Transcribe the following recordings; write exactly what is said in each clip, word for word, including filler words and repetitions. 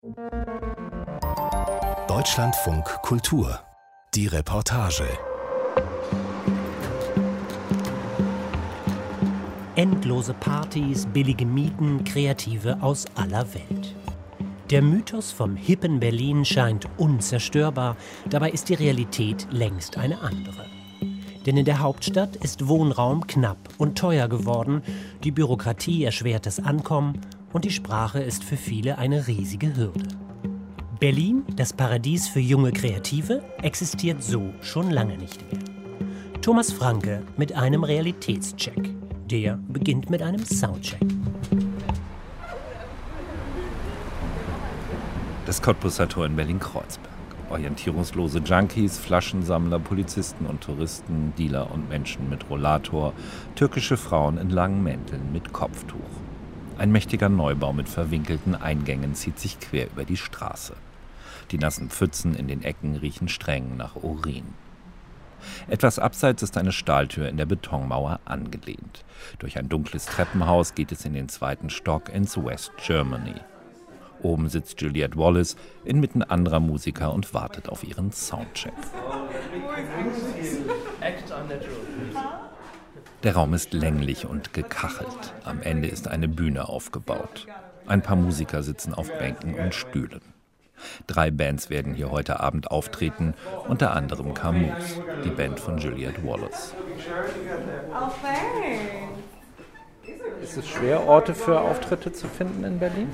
Deutschlandfunk Kultur. Die Reportage. Endlose Partys, billige Mieten, Kreative aus aller Welt. Der Mythos vom hippen Berlin scheint unzerstörbar, dabei ist die Realität längst eine andere. Denn in der Hauptstadt ist Wohnraum knapp und teuer geworden, die Bürokratie erschwert das Ankommen und die Sprache ist für viele eine riesige Hürde. Berlin, das Paradies für junge Kreative, existiert so schon lange nicht mehr. Thomas Franke mit einem Realitätscheck. Der beginnt mit einem Soundcheck. Das Cottbusser Tor in Berlin-Kreuzberg. Orientierungslose Junkies, Flaschensammler, Polizisten und Touristen, Dealer und Menschen mit Rollator, türkische Frauen in langen Mänteln mit Kopftuch. Ein mächtiger Neubau mit verwinkelten Eingängen zieht sich quer über die Straße. Die nassen Pfützen in den Ecken riechen streng nach Urin. Etwas abseits ist eine Stahltür in der Betonmauer angelehnt. Durch ein dunkles Treppenhaus geht es in den zweiten Stock ins West Germany. Oben sitzt Juliette Wallace inmitten anderer Musiker und wartet auf ihren Soundcheck. Der Raum ist länglich und gekachelt. Am Ende ist eine Bühne aufgebaut. Ein paar Musiker sitzen auf Bänken und Stühlen. Drei Bands werden hier heute Abend auftreten, unter anderem Camus, die Band von Juliette Wallace. Ist es schwer, Orte für Auftritte zu finden in Berlin?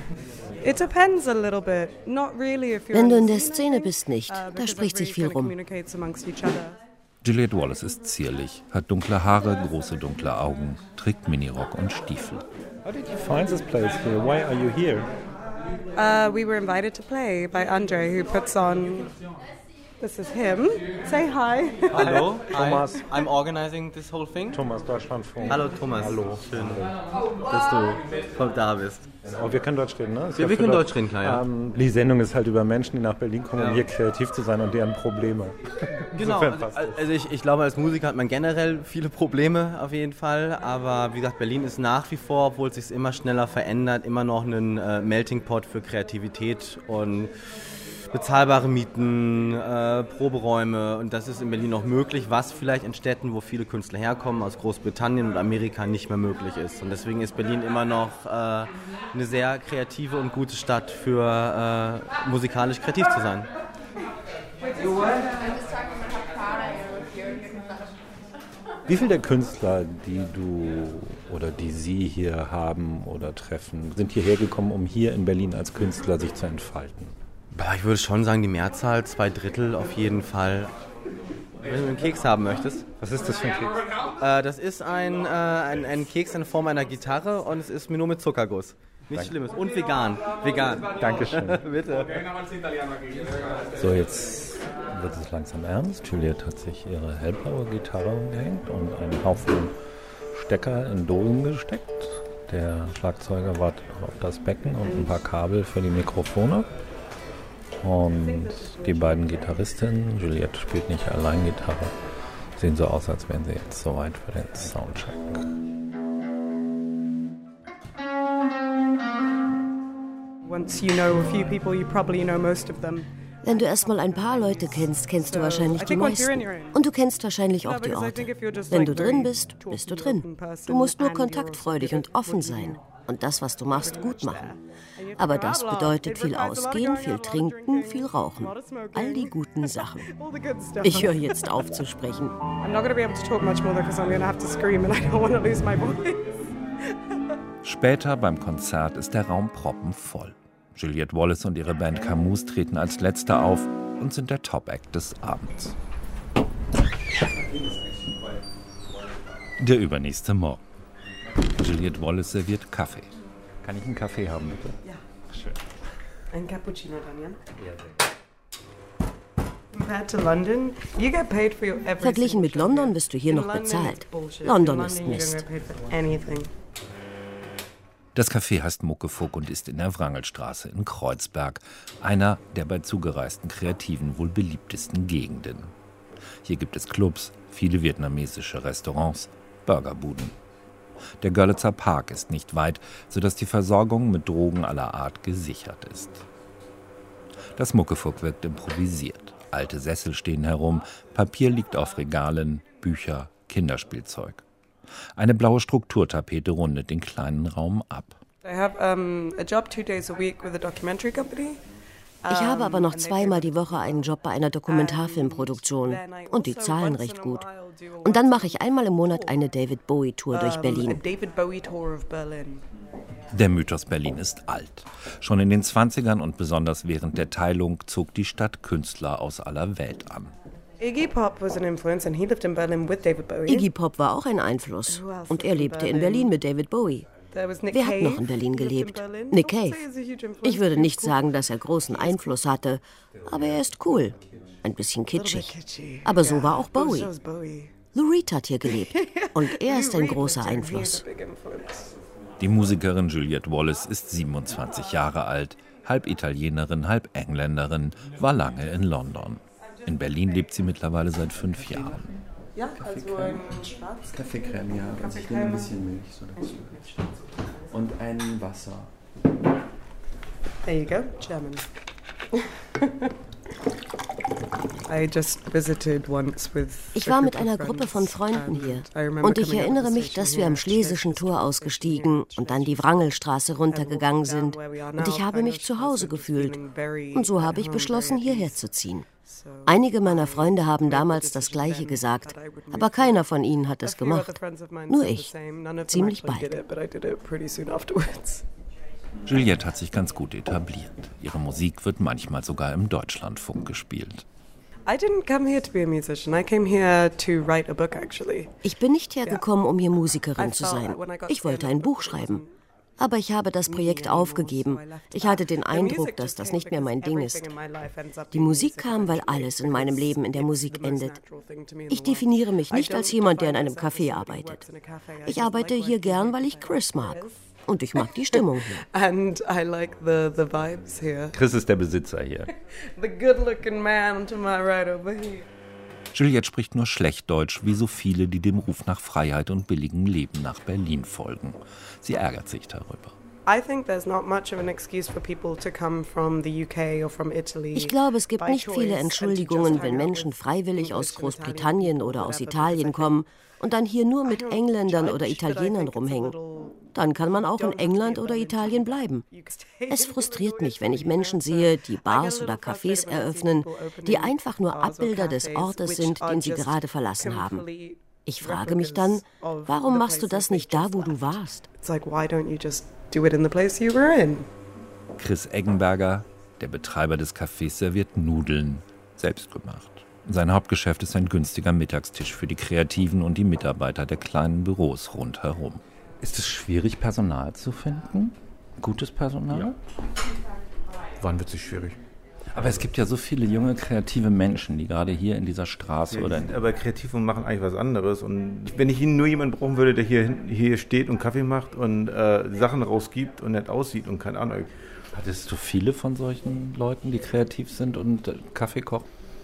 Wenn du in der Szene bist, nicht. Da spricht sich viel rum. Juliette Wallace ist zierlich, hat dunkle Haare, große dunkle Augen, trägt Minirock und Stiefel. How did you find this place here? Why are you here? Uh, we were invited to play by Andre, who puts on. This is him. Say hi. Hallo, Thomas. Hi. I'm organizing this whole thing. Thomas, Deutschlandfunk. Hallo Thomas. Hallo. Schön, dass du voll da bist. Oh, wir können Deutsch reden, ne? Ja, wir können Deutsch reden, klar, ja. Ähm, die Sendung ist halt über Menschen, die nach Berlin kommen, ja. um hier kreativ zu sein und deren Probleme. Genau, also, also ich, ich glaube, als Musiker hat man generell viele Probleme auf jeden Fall, aber wie gesagt, Berlin ist nach wie vor, obwohl es sich immer schneller verändert, immer noch ein äh, Melting Pot für Kreativität und bezahlbare Mieten, äh, Proberäume, und das ist in Berlin noch möglich, was vielleicht in Städten, wo viele Künstler herkommen, aus Großbritannien und Amerika, nicht mehr möglich ist. Und deswegen ist Berlin immer noch äh, eine sehr kreative und gute Stadt für äh, musikalisch kreativ zu sein. Wie viele der Künstler, die du oder die Sie hier haben oder treffen, sind hierher gekommen, um hier in Berlin als Künstler sich zu entfalten? Ich würde schon sagen, die Mehrzahl, zwei Drittel auf jeden Fall. Wenn du einen Keks haben möchtest. Was ist das für ein Keks? Äh, das ist ein, äh, ein, ein Keks in Form einer Gitarre und es ist nur mit Zuckerguss. Nichts Danke. Schlimmes. Und vegan. Vegan. Dankeschön. Bitte. So, jetzt wird es langsam ernst. Juliette hat sich ihre hellblaue Gitarre umgehängt und einen Haufen Stecker in Dosen gesteckt. Der Schlagzeuger wartet auf das Becken und ein paar Kabel für die Mikrofone. Und die beiden Gitarristinnen, Juliette spielt nicht allein Gitarre, sehen so aus, als wären sie jetzt soweit für den Soundcheck. Once you know a few people, you probably know most of them. Wenn du erstmal ein paar Leute kennst, kennst du wahrscheinlich die meisten. Und du kennst wahrscheinlich auch die Orte. Wenn du drin bist, bist du drin. Du musst nur kontaktfreudig und offen sein und das, was du machst, gut machen. Aber das bedeutet viel ausgehen, viel trinken, viel rauchen. All die guten Sachen. Ich höre jetzt auf zu sprechen. Später beim Konzert ist der Raum proppenvoll. Juliette Wallace und ihre Band Camus treten als Letzte auf und sind der Top-Act des Abends. Der übernächste Morgen. Juliette Wallace serviert Kaffee. Kann ich einen Kaffee haben, bitte? Ja. Schön. Ein Cappuccino, Daniel. Ja, Verglichen mit London bist du hier noch bezahlt. London ist Mist. Das Café heißt Muckefuck und ist in der Wrangelstraße in Kreuzberg, einer der bei zugereisten Kreativen wohl beliebtesten Gegenden. Hier gibt es Clubs, viele vietnamesische Restaurants, Burgerbuden. Der Görlitzer Park ist nicht weit, sodass die Versorgung mit Drogen aller Art gesichert ist. Das Muckefuck wirkt improvisiert. Alte Sessel stehen herum, Papier liegt auf Regalen, Bücher, Kinderspielzeug. Eine blaue Strukturtapete rundet den kleinen Raum ab. I have um, a job two days a week with a documentary company. Ich habe aber noch zweimal die Woche einen Job bei einer Dokumentarfilmproduktion und die zahlen recht gut. Und dann mache ich einmal im Monat eine David-Bowie-Tour durch Berlin. Der Mythos Berlin ist alt. Schon in den zwanzigern und besonders während der Teilung zog die Stadt Künstler aus aller Welt an. Iggy Pop was an influence and he lived in Berlin with David Bowie. Iggy Pop war auch ein Einfluss und er lebte in Berlin mit David Bowie. Wer hat noch in Berlin gelebt? Nick Cave. Ich würde nicht sagen, dass er großen Einfluss hatte, aber er ist cool. Ein bisschen kitschig. Aber so war auch Bowie. Lou Reed hat hier gelebt und er ist ein großer Einfluss. Die Musikerin Juliette Wallace ist siebenundzwanzig Jahre alt, halb Italienerin, halb Engländerin, war lange in London. In Berlin lebt sie mittlerweile seit fünf Jahren. Ja, also ein Schwarz. Kaffeecreme, ja. Also ich nehme ein bisschen Milch so dazu. Und ein Wasser. There you go, German. I just visited once with ich war mit einer Gruppe von Freunden hier und ich erinnere mich, dass wir am Schlesischen Tor ausgestiegen und dann die Wrangelstraße runtergegangen sind und ich habe mich zu Hause gefühlt und so habe ich beschlossen, hierher zu ziehen. Einige meiner Freunde haben damals das Gleiche gesagt, aber keiner von ihnen hat es gemacht. Nur ich. Ziemlich bald. Juliette hat sich ganz gut etabliert. Ihre Musik wird manchmal sogar im Deutschlandfunk gespielt. Ich bin nicht hergekommen, um hier Musikerin zu sein. Ich wollte ein Buch schreiben. Aber ich habe das Projekt aufgegeben. Ich hatte den Eindruck, dass das nicht mehr mein Ding ist. Die Musik kam, weil alles in meinem Leben in der Musik endet. Ich definiere mich nicht als jemand, der in einem Café arbeitet. Ich arbeite hier gern, weil ich Chris mag. Und ich mag die Stimmung hier. And I like the, the vibes here. Chris ist der Besitzer hier. The good-looking man to my right over here. Juliette spricht nur schlecht Deutsch, wie so viele, die dem Ruf nach Freiheit und billigem Leben nach Berlin folgen. Sie ärgert sich darüber. Ich glaube, es gibt nicht viele Entschuldigungen, wenn Menschen freiwillig aus Großbritannien oder aus Italien kommen und dann hier nur mit Engländern oder Italienern rumhängen. Dann kann man auch in England oder Italien bleiben. Es frustriert mich, wenn ich Menschen sehe, die Bars oder Cafés eröffnen, die einfach nur Abbilder des Ortes sind, den sie gerade verlassen haben. Ich frage mich dann, warum machst du das nicht da, wo du warst? Chris Eggenberger, der Betreiber des Cafés, serviert Nudeln, selbstgemacht. Sein Hauptgeschäft ist ein günstiger Mittagstisch für die Kreativen und die Mitarbeiter der kleinen Büros rundherum. Ist es schwierig, Personal zu finden? Gutes Personal? Ja. Wann wird es schwierig? Aber es gibt ja so viele junge, kreative Menschen, die gerade hier in dieser Straße ja, oder... In aber kreativ und machen eigentlich was anderes. Und wenn ich nur jemanden brauchen würde, der hier, hier steht und Kaffee macht und äh, Sachen rausgibt und nett aussieht und keine Ahnung. Hattest du viele von solchen Leuten, die kreativ sind und äh, Kaffee kochen?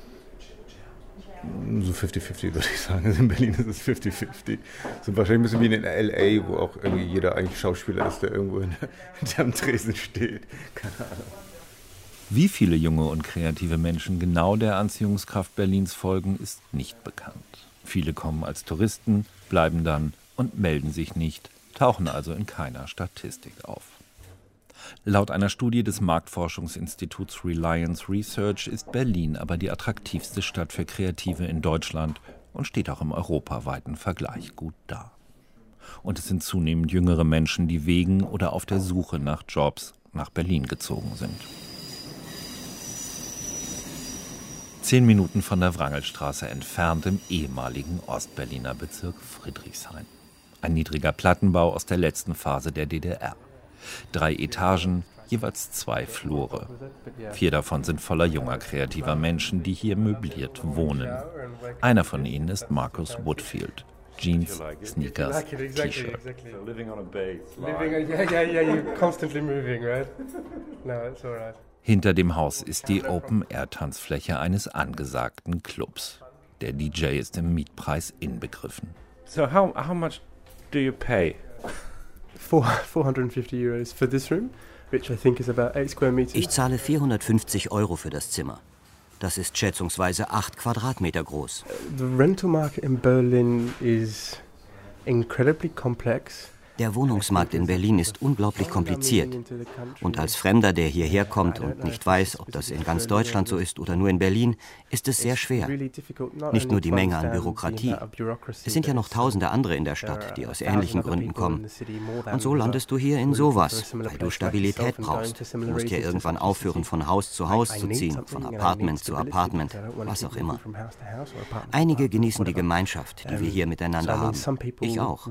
So fünfzig fünfzig würde ich sagen. In Berlin ist es fünfzig fünfzig. So wahrscheinlich ein bisschen wie in L A, wo auch irgendwie jeder eigentlich Schauspieler ist, der irgendwo in der, der am Tresen steht. Keine Ahnung. Wie viele junge und kreative Menschen genau der Anziehungskraft Berlins folgen, ist nicht bekannt. Viele kommen als Touristen, bleiben dann und melden sich nicht, tauchen also in keiner Statistik auf. Laut einer Studie des Marktforschungsinstituts Reliance Research ist Berlin aber die attraktivste Stadt für Kreative in Deutschland und steht auch im europaweiten Vergleich gut da. Und es sind zunehmend jüngere Menschen, die wegen oder auf der Suche nach Jobs nach Berlin gezogen sind. Zehn Minuten von der Wrangelstraße entfernt im ehemaligen Ostberliner Bezirk Friedrichshain. Ein niedriger Plattenbau aus der letzten Phase der D D R. Drei Etagen, jeweils zwei Flure. Vier davon sind voller junger, kreativer Menschen, die hier möbliert wohnen. Einer von ihnen ist Marcus Woodfield. Jeans, Sneakers, T-Shirt. Hinter dem Haus ist die Open-Air-Tanzfläche eines angesagten Clubs. Der D J ist im Mietpreis inbegriffen. So how, how much do you pay? four hundred fifty euros for this room. Ich zahle vierhundertfünfzig Euro für das Zimmer. Das ist schätzungsweise acht Quadratmeter groß. The rental market in Berlin is incredibly complex. Der Wohnungsmarkt in Berlin ist unglaublich kompliziert. Und als Fremder, der hierher kommt und nicht weiß, ob das in ganz Deutschland so ist oder nur in Berlin, ist es sehr schwer. Nicht nur die Menge an Bürokratie. Es sind ja noch tausende andere in der Stadt, die aus ähnlichen Gründen kommen. Und so landest du hier in sowas, weil du Stabilität brauchst. Du musst ja irgendwann aufhören, von Haus zu Haus zu ziehen, von Apartment zu Apartment, was auch immer. Einige genießen die Gemeinschaft, die wir hier miteinander haben. Ich auch.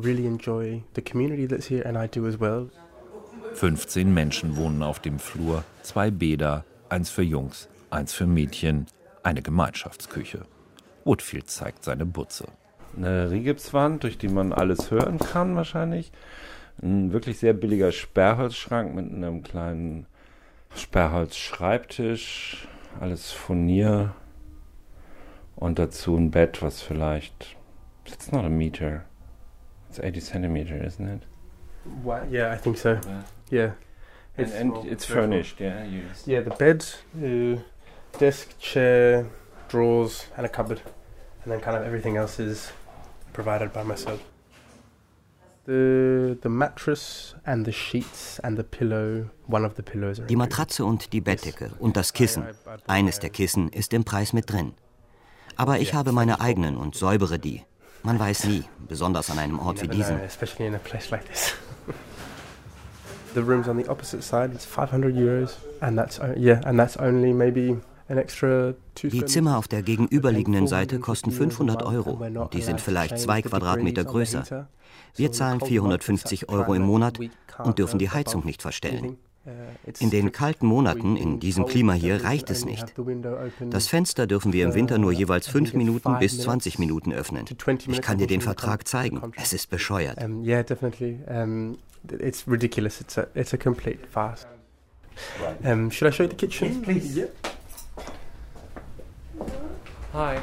fünfzehn Menschen wohnen auf dem Flur, zwei Bäder, eins für Jungs, eins für Mädchen, eine Gemeinschaftsküche. Woodfield zeigt seine Butze. Eine Rigipswand, durch die man alles hören kann wahrscheinlich. Ein wirklich sehr billiger Sperrholzschrank mit einem kleinen Sperrholzschreibtisch, alles Furnier und dazu ein Bett, was vielleicht, it's not a meter. It's eighty centimeter, isn't it? What? Yeah, I think so. Yeah. It's, and, and it's furnished, yeah? You just... Yeah, the bed, uh, desk, chair, drawers, and a cupboard. And then kind of everything else is provided by myself. The, the mattress and the sheets and the pillow, one of the pillows are Die Matratze und die Bettdecke und das Kissen. Eines der Kissen ist im Preis mit drin. Aber ich habe meine eigenen und säubere die. Man weiß nie, besonders an einem Ort wie diesem. The rooms on the opposite side, it's five hundred euros, and that's yeah, and that's only maybe an extra two. Die Zimmer auf der gegenüberliegenden Seite kosten fünfhundert Euro und die sind vielleicht zwei Quadratmeter größer. Wir zahlen vierhundertfünfzig Euro im Monat und dürfen die Heizung nicht verstellen. In den kalten Monaten, in diesem Klima hier, reicht es nicht. Das Fenster dürfen wir im Winter nur jeweils fünf Minuten bis zwanzig Minuten öffnen. Ich kann dir den Vertrag zeigen. Es ist bescheuert. Yeah, definitely. Um, it's ridiculous. It's a, it's a complete farce. Um, should I show you the kitchen? Yes, please. Yeah. Hi.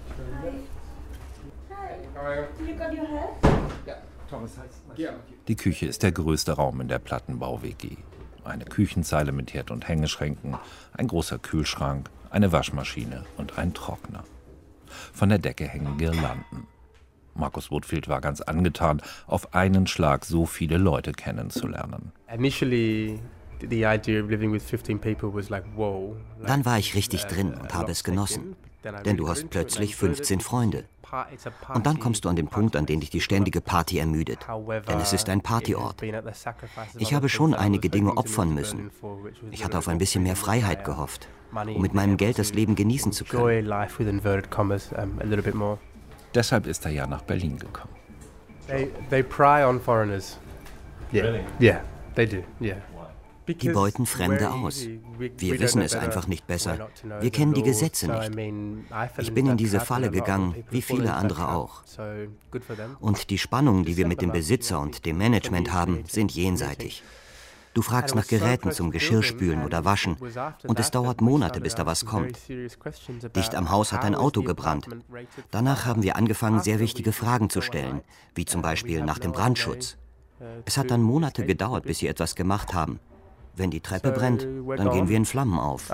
You got your hair? Yeah, Thomas heißt. Die Küche ist der größte Raum in der Plattenbau-W G. Eine Küchenzeile mit Herd und Hängeschränken, ein großer Kühlschrank, eine Waschmaschine und ein Trockner. Von der Decke hängen Girlanden. Markus Woodfield war ganz angetan, auf einen Schlag so viele Leute kennenzulernen. Initially, the idea of living with fifteen people was like, wow. Dann war ich richtig drin und habe es genossen. Denn du hast plötzlich fünfzehn Freunde. Und dann kommst du an den Punkt, an dem dich die ständige Party ermüdet. Denn es ist ein Partyort. Ich habe schon einige Dinge opfern müssen. Ich hatte auf ein bisschen mehr Freiheit gehofft, um mit meinem Geld das Leben genießen zu können. Deshalb ist er ja nach Berlin gekommen. They, they pry on foreigners. Yeah, yeah, they do, yeah. Die beuten Fremde aus. Wir wissen es einfach nicht besser. Wir kennen die Gesetze nicht. Ich bin in diese Falle gegangen, wie viele andere auch. Und die Spannungen, die wir mit dem Besitzer und dem Management haben, sind jenseitig. Du fragst nach Geräten zum Geschirrspülen oder Waschen und es dauert Monate, bis da was kommt. Dicht am Haus hat ein Auto gebrannt. Danach haben wir angefangen, sehr wichtige Fragen zu stellen, wie zum Beispiel nach dem Brandschutz. Es hat dann Monate gedauert, bis sie etwas gemacht haben. Wenn die Treppe brennt, dann gehen wir in Flammen auf.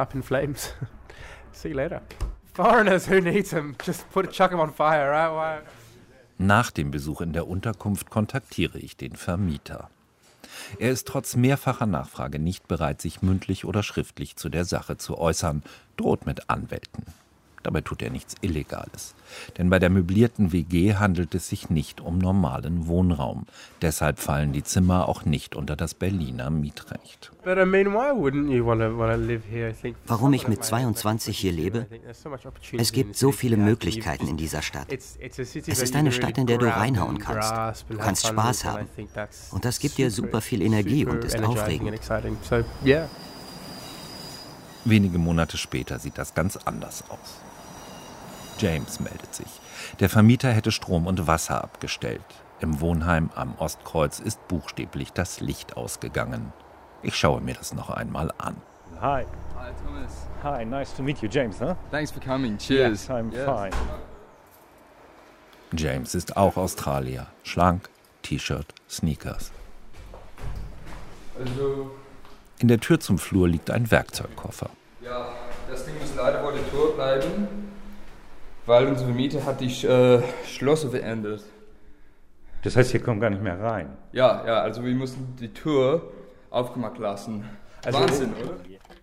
Nach dem Besuch in der Unterkunft kontaktiere ich den Vermieter. Er ist trotz mehrfacher Nachfrage nicht bereit, sich mündlich oder schriftlich zu der Sache zu äußern, droht mit Anwälten. Dabei tut er nichts Illegales. Denn bei der möblierten W G handelt es sich nicht um normalen Wohnraum. Deshalb fallen die Zimmer auch nicht unter das Berliner Mietrecht. Warum ich mit zweiundzwanzig hier lebe? Es gibt so viele Möglichkeiten in dieser Stadt. Es ist eine Stadt, in der du reinhauen kannst. Du kannst Spaß haben. Und das gibt dir super viel Energie und ist aufregend. Wenige Monate später sieht das ganz anders aus. James meldet sich. Der Vermieter hätte Strom und Wasser abgestellt. Im Wohnheim am Ostkreuz ist buchstäblich das Licht ausgegangen. Ich schaue mir das noch einmal an. Hi. Hi, Thomas. Hi, nice to meet you, James, huh? Thanks for coming. Cheers. Yes, I'm yes. fine. James ist auch Australier. Schlank, T-Shirt, Sneakers. Also In der Tür zum Flur liegt ein Werkzeugkoffer. Ja, das Ding muss leider vor der Tür bleiben, weil unsere Mieter hat die äh, Schlosse verändert. Das heißt, hier kommt gar nicht mehr rein? Ja, ja, also wir mussten die Tür aufgemacht lassen. Also Wahnsinn, oder?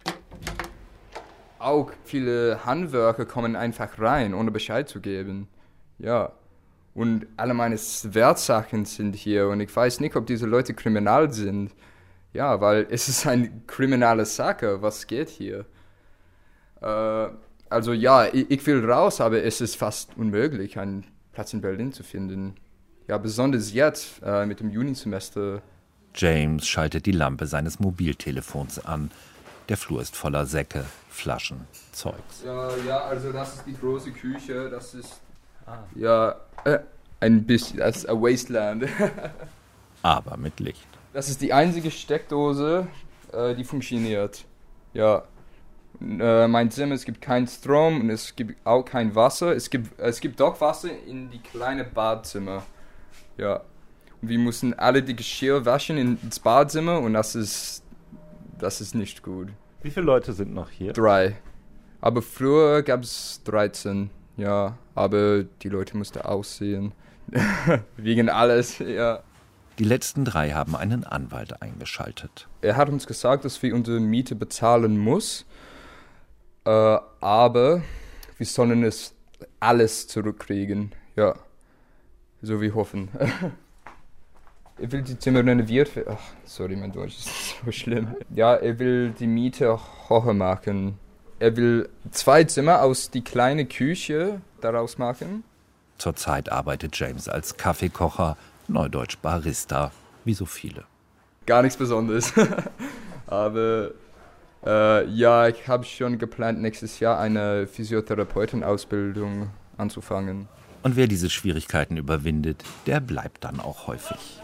Auch viele Handwerker kommen einfach rein, ohne Bescheid zu geben. Ja, und alle meine Wertsachen sind hier und ich weiß nicht, ob diese Leute kriminal sind. Ja, weil es ist eine kriminelle Sache, was geht hier? Äh, also ja, ich, ich will raus, aber es ist fast unmöglich, einen Platz in Berlin zu finden. Ja, besonders jetzt äh, mit dem Junisemester. James schaltet die Lampe seines Mobiltelefons an. Der Flur ist voller Säcke, Flaschen, Zeugs. Ja, ja, also das ist die große Küche, das ist ah. ja äh, ein bisschen, das ist ein Wasteland. Aber mit Licht. Das ist die einzige Steckdose, äh, die funktioniert. Ja, äh, mein Zimmer, es gibt keinen Strom und es gibt auch kein Wasser. Es gibt, es gibt doch Wasser in die kleine Badzimmer. Ja, und wir mussten alle die Geschirr waschen ins Badzimmer und das ist Das ist nicht gut. Wie viele Leute sind noch hier? Drei. Aber früher gab es dreizehn, ja. Aber die Leute mussten aussehen. Wegen alles, ja. Die letzten drei haben einen Anwalt eingeschaltet. Er hat uns gesagt, dass wir unsere Miete bezahlen müssen. Äh, aber wir sollen es alles zurückkriegen. Ja. So wir hoffen. Er will die Zimmer renoviert werden. Ach, sorry, mein Deutsch ist so schlimm. Ja, er will die Miete höher machen. Er will zwei Zimmer aus die kleine Küche daraus machen. Zurzeit arbeitet James als Kaffeekocher, neudeutsch Barista, wie so viele. Gar nichts Besonderes. Aber äh, ja, ich habe schon geplant, nächstes Jahr eine Physiotherapeutenausbildung anzufangen. Und wer diese Schwierigkeiten überwindet, der bleibt dann auch häufig.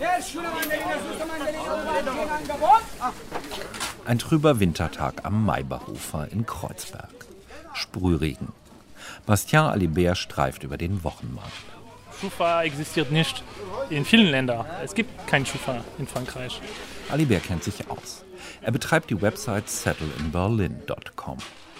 Ein trüber Wintertag am Maybachufer in Kreuzberg. Sprühregen. Bastien Alibert streift über den Wochenmarkt. Schufa existiert nicht in vielen Ländern. Es gibt kein Schufa in Frankreich. Alibert kennt sich aus. Er betreibt die Website settle in berlin punkt com.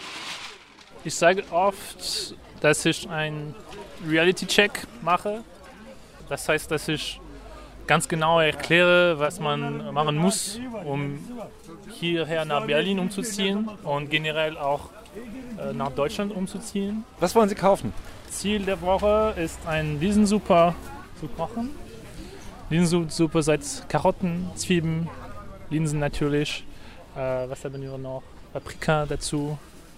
Ich sage oft, dass ich einen Reality-Check mache. Das heißt, dass ich ganz genau erkläre, was man machen muss, um hierher nach Berlin umzuziehen und generell auch äh, nach Deutschland umzuziehen. Was wollen Sie kaufen? Ziel der Woche ist ein Linsensuppe zu kochen. Linsensuppe seit Karotten, Zwiebeln, Linsen natürlich. Äh, was haben wir noch? Paprika dazu.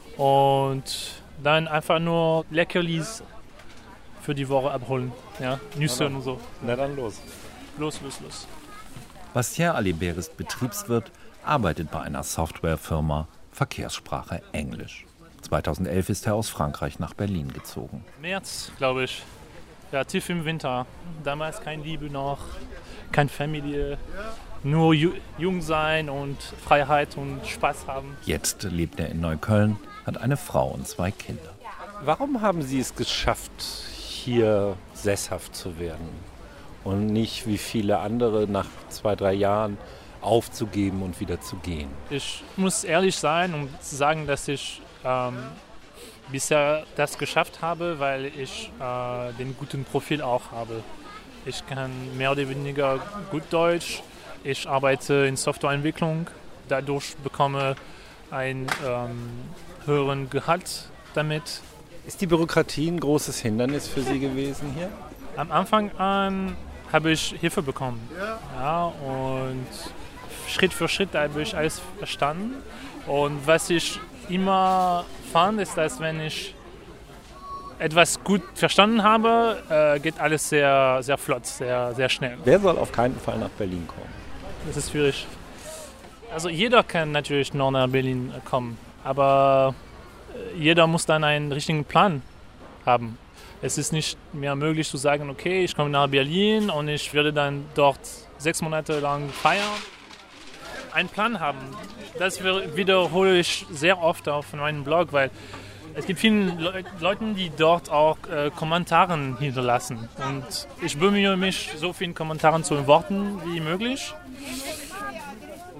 Und dann einfach nur Leckerlis für die Woche abholen. Ja, Nüsse und so. Na dann los. Los, los, los. Bastien Alibert ist Betriebswirt, arbeitet bei einer Softwarefirma, Verkehrssprache Englisch. zweitausendelf ist er aus Frankreich nach Berlin gezogen. März, glaube ich. Ja, tief im Winter. Damals keine Liebe noch, keine Familie. Nur ju- jung sein und Freiheit und Spaß haben. Jetzt lebt er in Neukölln, hat eine Frau und zwei Kinder. Warum haben Sie es geschafft, hier sesshaft zu werden? Und nicht wie viele andere nach zwei, drei Jahren aufzugeben und wieder zu gehen? Ich muss ehrlich sein und sagen, dass ich ähm, bisher das geschafft habe, weil ich äh, den guten Profil auch habe. Ich kann mehr oder weniger gut Deutsch. Ich arbeite in Softwareentwicklung. Dadurch bekomme ich einen ähm, höheren Gehalt damit. Ist die Bürokratie ein großes Hindernis für Sie gewesen hier? Am Anfang an habe ich Hilfe bekommen. Ja, und Schritt für Schritt habe ich alles verstanden. Und was ich immer fand, ist, dass wenn ich etwas gut verstanden habe, äh, geht alles sehr, sehr flott, sehr, sehr schnell. Wer soll auf keinen Fall nach Berlin kommen? Das ist schwierig. Also jeder kann natürlich noch nach Berlin kommen, aber jeder muss dann einen richtigen Plan haben. Es ist nicht mehr möglich zu sagen, okay, ich komme nach Berlin und ich werde dann dort sechs Monate lang feiern. Einen Plan haben, das wiederhole ich sehr oft auf meinem Blog, weil es gibt viele Le- Leute, die dort auch äh, Kommentare hinterlassen. Und ich bemühe mich, so viele Kommentare zu antworten wie möglich.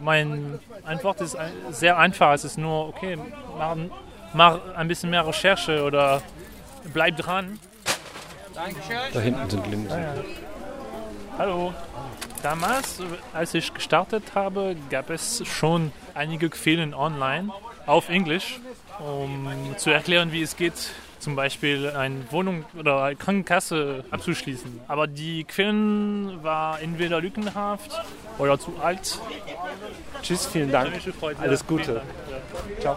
Meine Antwort ist sehr einfach. Es ist nur, okay, mach, mach ein bisschen mehr Recherche oder bleib dran. Da hinten sind Linsen. Ah, ja. Hallo. Damals, als ich gestartet habe, gab es schon einige Quellen online auf Englisch, um zu erklären, wie es geht, zum Beispiel eine Wohnung oder eine Krankenkasse abzuschließen. Aber die Quellen waren entweder lückenhaft oder zu alt. Tschüss, vielen Dank. Alles Gute. Ciao.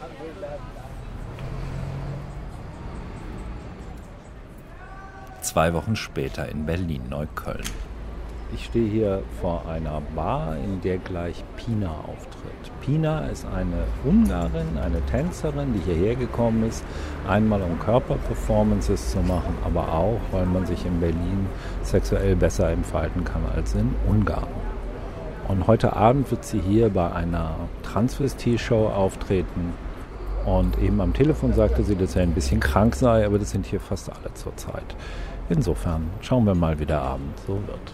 Zwei Wochen später in Berlin-Neukölln. Ich stehe hier vor einer Bar, in der gleich Pina auftritt. Pina ist eine Ungarin, eine Tänzerin, die hierher gekommen ist, einmal um Körperperformances zu machen, aber auch, weil man sich in Berlin sexuell besser entfalten kann als in Ungarn. Und heute Abend wird sie hier bei einer Transvestie-Show auftreten. Und eben am Telefon sagte sie, dass er ein bisschen krank sei, aber das sind hier fast alle zurzeit. Insofern schauen wir mal, wie der Abend so wird.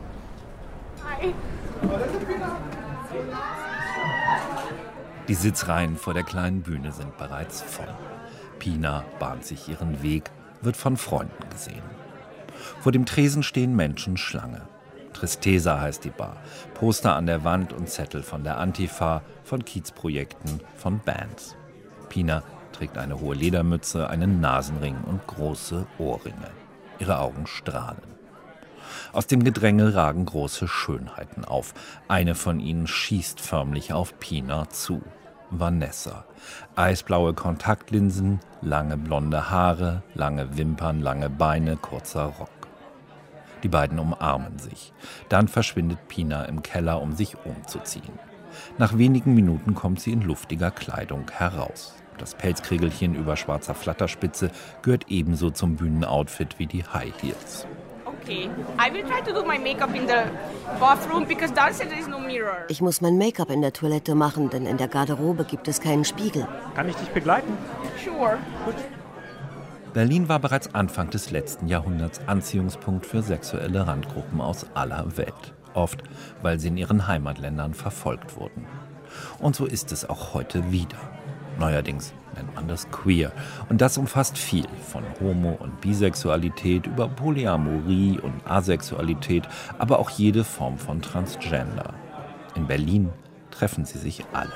Die Sitzreihen vor der kleinen Bühne sind bereits voll. Pina bahnt sich ihren Weg, wird von Freunden gesehen. Vor dem Tresen stehen Menschen Schlange. Tristeza heißt die Bar. Poster an der Wand und Zettel von der Antifa, von Kiezprojekten, von Bands. Pina trägt eine hohe Ledermütze, einen Nasenring und große Ohrringe. Ihre Augen strahlen. Aus dem Gedränge ragen große Schönheiten auf. Eine von ihnen schießt förmlich auf Pina zu. Vanessa. Eisblaue Kontaktlinsen, lange blonde Haare, lange Wimpern, lange Beine, kurzer Rock. Die beiden umarmen sich. Dann verschwindet Pina im Keller, um sich umzuziehen. Nach wenigen Minuten kommt sie in luftiger Kleidung heraus. Das Pelzkriegelchen über schwarzer Flatterspitze gehört ebenso zum Bühnenoutfit wie die High Heels. Okay, I will try to do my makeup in the bathroom because downstairs there is no mirror. Ich muss mein Make-up in der Toilette machen, denn in der Garderobe gibt es keinen Spiegel. Kann ich dich begleiten? Sure. Gut. Berlin war bereits Anfang des letzten Jahrhunderts Anziehungspunkt für sexuelle Randgruppen aus aller Welt. Oft, weil sie in ihren Heimatländern verfolgt wurden. Und so ist es auch heute wieder. Neuerdings nennt man das queer. Und das umfasst viel, von Homo- und Bisexualität über Polyamorie und Asexualität, aber auch jede Form von Transgender. In Berlin treffen sie sich alle.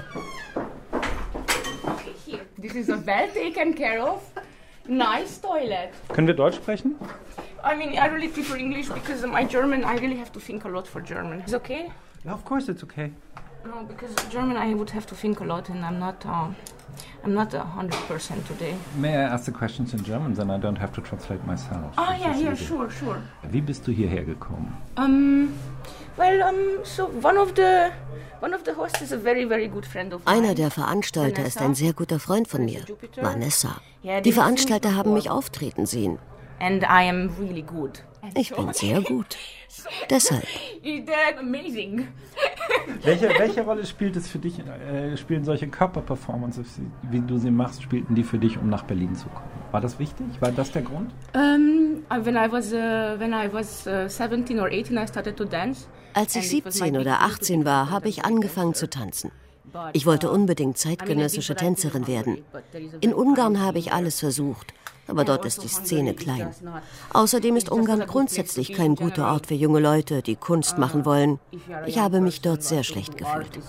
This is a well taken care of. Nice toilet. Können wir Deutsch sprechen? I mean, I really prefer English because my German, I really have to think a lot for German. Is it okay? Yeah, of course it's okay. No, because German I would have to think a lot and I'm not, uh, I'm not a hundred percent today. May I ask the questions in German, then I don't have to translate myself. Ah, yeah, yeah, sure, sure. Wie bist du hierher gekommen? Um, well, um, so one of the, one of the hosts is a very, very good friend of mine. Einer der Veranstalter ist ein sehr guter Freund von mir, Vanessa. Die Veranstalter haben mich auftreten sehen. And I am really good. Ich bin sehr gut. Deshalb. They're amazing. Welche, welche Rolle spielt es für dich, äh, spielen solche Körperperformances, wie du sie machst, spielten die für dich, um nach Berlin zu kommen? War das wichtig? War das der Grund? Um, when I was, uh, when I was uh, seventeen or eighteen, I started to dance. Als ich siebzehn oder achtzehn war, habe ich angefangen zu tanzen. Ich wollte unbedingt zeitgenössische Tänzerin werden. In Ungarn habe ich alles versucht, aber dort ist die Szene klein. Außerdem ist Ungarn grundsätzlich kein guter Ort für junge Leute, die Kunst machen wollen. Ich habe mich dort sehr schlecht gefühlt.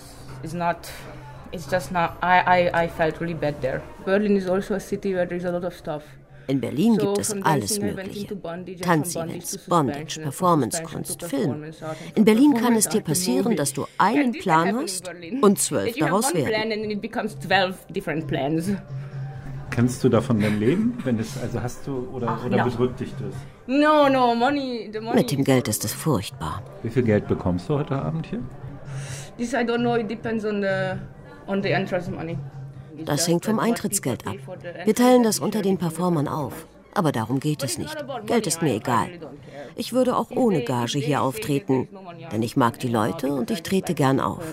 In Berlin gibt es alles Mögliche. Tanzevents, Bondage, Performancekunst, Film. In Berlin kann es dir passieren, dass du einen Plan hast und zwölf daraus werden. Kannst du davon denn leben? Wenn es, also hast du oder, Ach, oder no. bedrückt dich das? No, no, money, the money. Mit dem Geld ist es furchtbar. Wie viel Geld bekommst du heute Abend hier? This I don't know, it depends on the, on the entrance money. Das hängt vom Eintrittsgeld ab. Wir teilen das unter den Performern auf. Aber darum geht es nicht. Geld ist mir egal. Ich würde auch ohne Gage hier auftreten, denn ich mag die Leute und ich trete gern auf.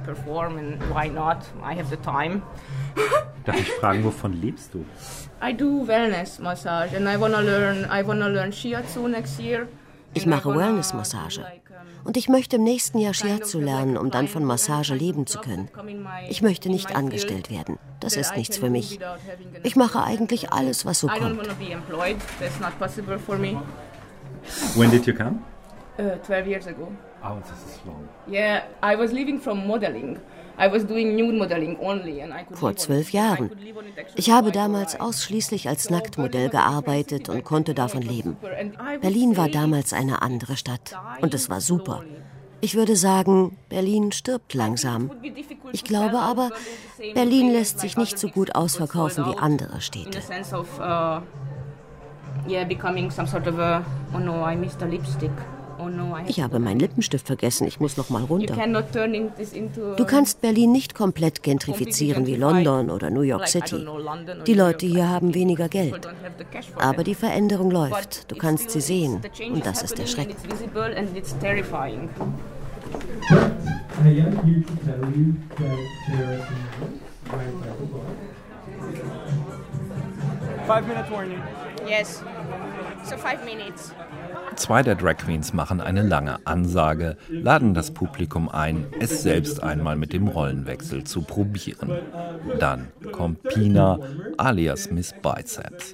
Darf ich fragen, wovon lebst du? I do wellness massage and I wanna learn I wanna learn shiatsu next year. Ich mache Wellness-Massage. Und ich möchte im nächsten Jahr Shiatsu lernen, um dann von Massage leben zu können. Ich möchte nicht angestellt werden. Das ist nichts für mich. Ich mache eigentlich alles, was so kommt. When did you come? Uh, twelve years ago. Oh, this is long. Yeah, I was leaving from modeling. I was doing nude modeling only and I could Vor zwölf Jahren. Ich habe damals ausschließlich als Nacktmodell gearbeitet und konnte davon leben. Berlin war damals eine andere Stadt und es war super. Ich würde sagen, Berlin stirbt langsam. Ich glaube aber, Berlin lässt sich nicht so gut ausverkaufen wie andere Städte. Yeah, becoming some sort of a, oh no, I missed a lipstick. Oh no, I ich habe meinen Lippenstift vergessen, ich muss noch mal runter. You cannot turn this into, du kannst Berlin nicht komplett gentrifizieren wie London oder New York City. Die Leute hier haben weniger Geld. Aber die Veränderung läuft, du kannst sie sehen und das ist erschreckend. Five minute warning. Yes. So five minutes. Zwei der Drag Queens machen eine lange Ansage, laden das Publikum ein, es selbst einmal mit dem Rollenwechsel zu probieren. Dann kommt Pina, alias Miss Biceps.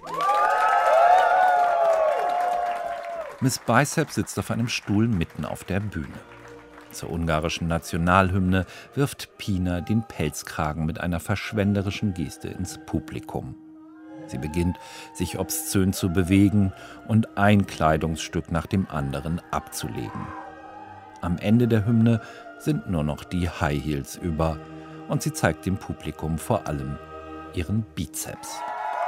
Miss Biceps sitzt auf einem Stuhl mitten auf der Bühne. Zur ungarischen Nationalhymne wirft Pina den Pelzkragen mit einer verschwenderischen Geste ins Publikum. Sie beginnt, sich obszön zu bewegen und ein Kleidungsstück nach dem anderen abzulegen. Am Ende der Hymne sind nur noch die High Heels über und sie zeigt dem Publikum vor allem ihren Bizeps.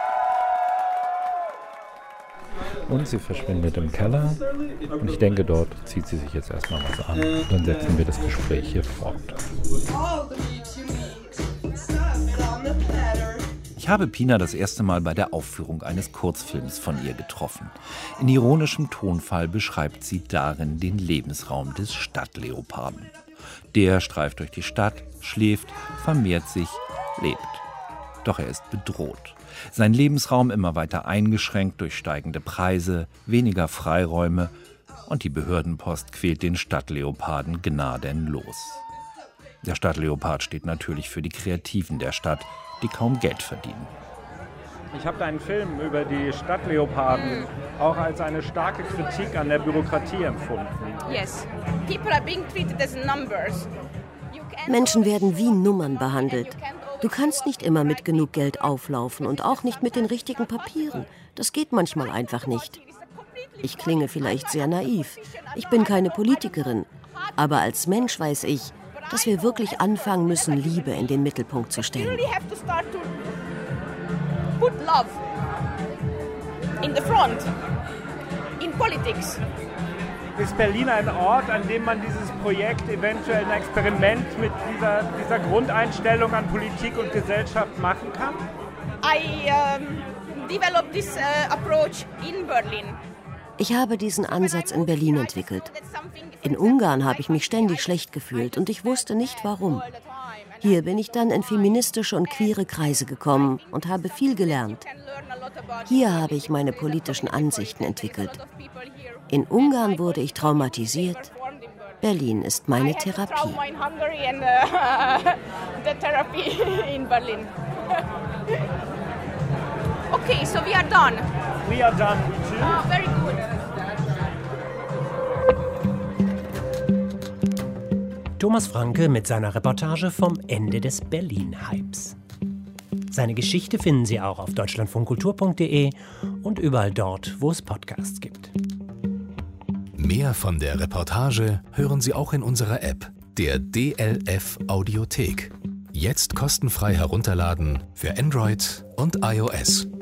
Und sie verschwindet im Keller und ich denke, dort zieht sie sich jetzt erstmal was an. Dann setzen wir das Gespräch hier fort. Ich habe Pina das erste Mal bei der Aufführung eines Kurzfilms von ihr getroffen. In ironischem Tonfall beschreibt sie darin den Lebensraum des Stadtleoparden. Der streift durch die Stadt, schläft, vermehrt sich, lebt. Doch er ist bedroht. Sein Lebensraum immer weiter eingeschränkt durch steigende Preise, weniger Freiräume und die Behördenpost quält den Stadtleoparden gnadenlos. Der Stadtleopard steht natürlich für die Kreativen der Stadt, die kaum Geld verdienen. Ich habe deinen Film über die Stadtleoparden auch als eine starke Kritik an der Bürokratie empfunden. Yes. People are being treated as numbers. Menschen werden wie Nummern behandelt. Du kannst nicht immer mit genug Geld auflaufen und auch nicht mit den richtigen Papieren. Das geht manchmal einfach nicht. Ich klinge vielleicht sehr naiv. Ich bin keine Politikerin. Aber als Mensch weiß ich, dass wir wirklich anfangen müssen, Liebe in den Mittelpunkt zu stellen. Put love in the front, in politics. Ist Berlin ein Ort, an dem man dieses Projekt, eventuell ein Experiment mit dieser, dieser Grundeinstellung an Politik und Gesellschaft machen kann? I um, developed this uh, approach in Berlin. Ich habe diesen Ansatz in Berlin entwickelt. In Ungarn habe ich mich ständig schlecht gefühlt und ich wusste nicht, warum. Hier bin ich dann in feministische und queere Kreise gekommen und habe viel gelernt. Hier habe ich meine politischen Ansichten entwickelt. In Ungarn wurde ich traumatisiert. Berlin ist meine Therapie. Okay, so we are done. We are done. Oh, very good. Thomas Franke mit seiner Reportage vom Ende des Berlin-Hypes. Seine Geschichte finden Sie auch auf deutschlandfunkkultur punkt de und überall dort, wo es Podcasts gibt. Mehr von der Reportage hören Sie auch in unserer App, der D L F Audiothek. Jetzt kostenfrei herunterladen für Android und iOS.